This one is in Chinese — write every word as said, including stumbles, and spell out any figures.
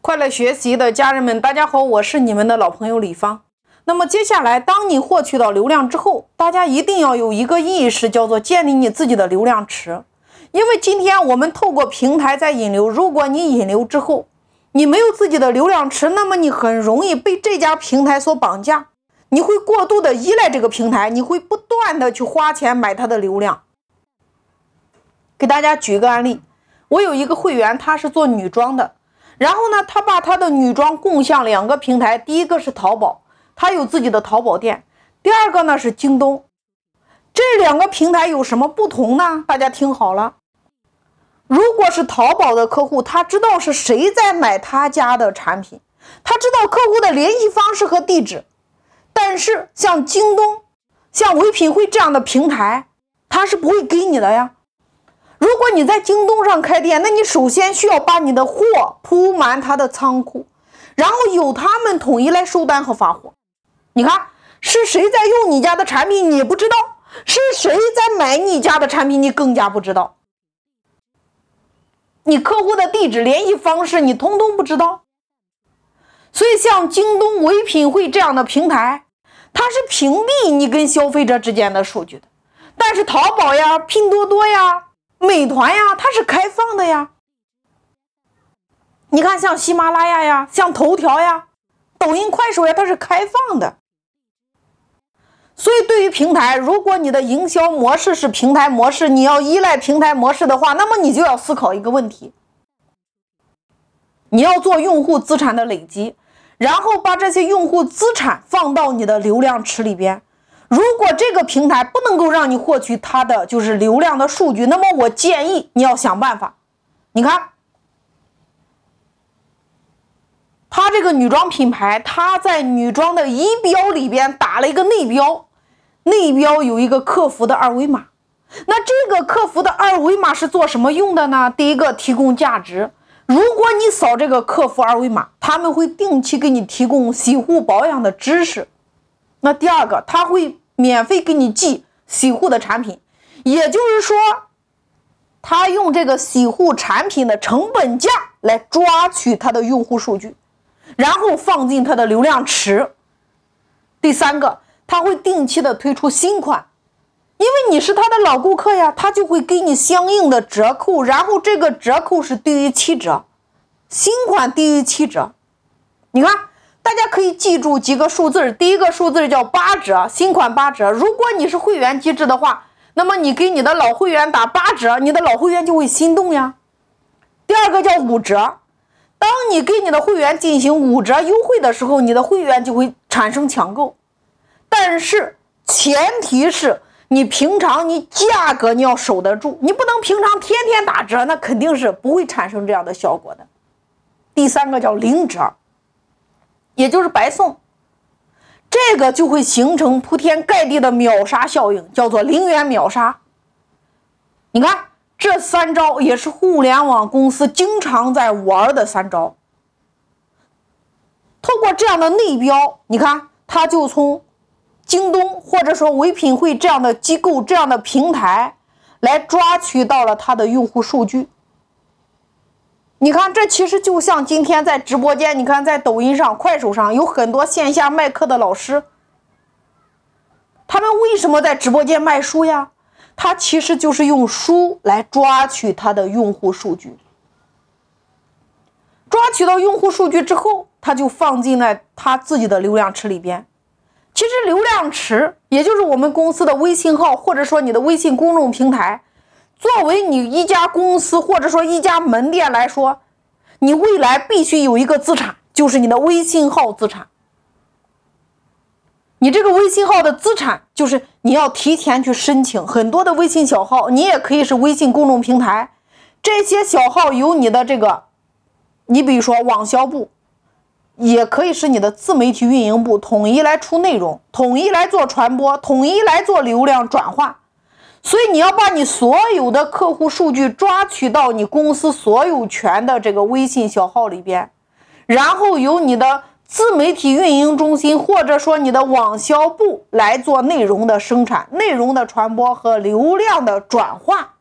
快乐学习的家人们，大家好，我是你们的老朋友李芳。那么接下来，当你获取到流量之后，大家一定要有一个意识，叫做建立你自己的流量池。因为今天我们透过平台在引流，如果你引流之后，你没有自己的流量池，那么你很容易被这家平台所绑架，你会过度的依赖这个平台，你会不断的去花钱买它的流量。给大家举个案例，我有一个会员，他是做女装的。然后呢，他把他的女装共享两个平台，第一个是淘宝，他有自己的淘宝店；第二个呢是京东。这两个平台有什么不同呢？大家听好了。如果是淘宝的客户，他知道是谁在买他家的产品，他知道客户的联系方式和地址。但是像京东、像唯品会这样的平台，他是不会给你的呀。如果你在京东上开店，那你首先需要把你的货铺满他的仓库，然后由他们统一来收单和发货。你看，是谁在用你家的产品你不知道，是谁在买你家的产品你更加不知道。你客户的地址、联系方式你通通不知道。所以像京东、唯品会这样的平台，它是屏蔽你跟消费者之间的数据的。但是淘宝呀、拼多多呀、美团呀，它是开放的呀。你看像喜马拉雅呀，像头条呀、抖音、快手呀，它是开放的。所以对于平台，如果你的营销模式是平台模式，你要依赖平台模式的话，那么你就要思考一个问题，你要做用户资产的累积，然后把这些用户资产放到你的流量池里边。如果这个平台不能够让你获取它的就是流量的数据，那么我建议你要想办法。你看，它这个女装品牌，它在女装的仪表里边打了一个内标，内标有一个客服的二维码。那这个客服的二维码是做什么用的呢？第一个，提供价值。如果你扫这个客服二维码，他们会定期给你提供洗护保养的知识。那第二个，他会免费给你寄洗护的产品，也就是说他用这个洗护产品的成本价来抓取他的用户数据，然后放进他的流量池。第三个，他会定期的推出新款，因为你是他的老顾客呀，他就会给你相应的折扣，然后这个折扣是低于七折，新款低于七折。你看，大家可以记住几个数字，第一个数字叫八折，新款八折。如果你是会员机制的话，那么你给你的老会员打八折，你的老会员就会心动呀。第二个叫五折，当你给你的会员进行五折优惠的时候，你的会员就会产生抢购。但是前提是你平常你价格你要守得住，你不能平常天天打折，那肯定是不会产生这样的效果的。第三个叫零折，也就是白送，这个就会形成铺天盖地的秒杀效应，叫做零元秒杀。你看，这三招也是互联网公司经常在玩的三招。透过这样的内标，你看，它就从京东或者说唯品会这样的机构、这样的平台来抓取到了它的用户数据。你看，这其实就像今天在直播间，你看在抖音上、快手上有很多线下卖课的老师，他们为什么在直播间卖书呀？他其实就是用书来抓取他的用户数据，抓取到用户数据之后，他就放进了他自己的流量池里边。其实流量池也就是我们公司的微信号，或者说你的微信公众平台，作为你一家公司或者说一家门店来说，你未来必须有一个资产，就是你的微信号资产。你这个微信号的资产就是你要提前去申请，很多的微信小号，你也可以是微信公众平台，这些小号由你的这个，你比如说网销部，也可以是你的自媒体运营部统一来出内容，统一来做传播，统一来做流量转化。所以你要把你所有的客户数据抓取到你公司所有权的这个微信小号里边，然后由你的自媒体运营中心或者说你的网销部来做内容的生产、内容的传播和流量的转化。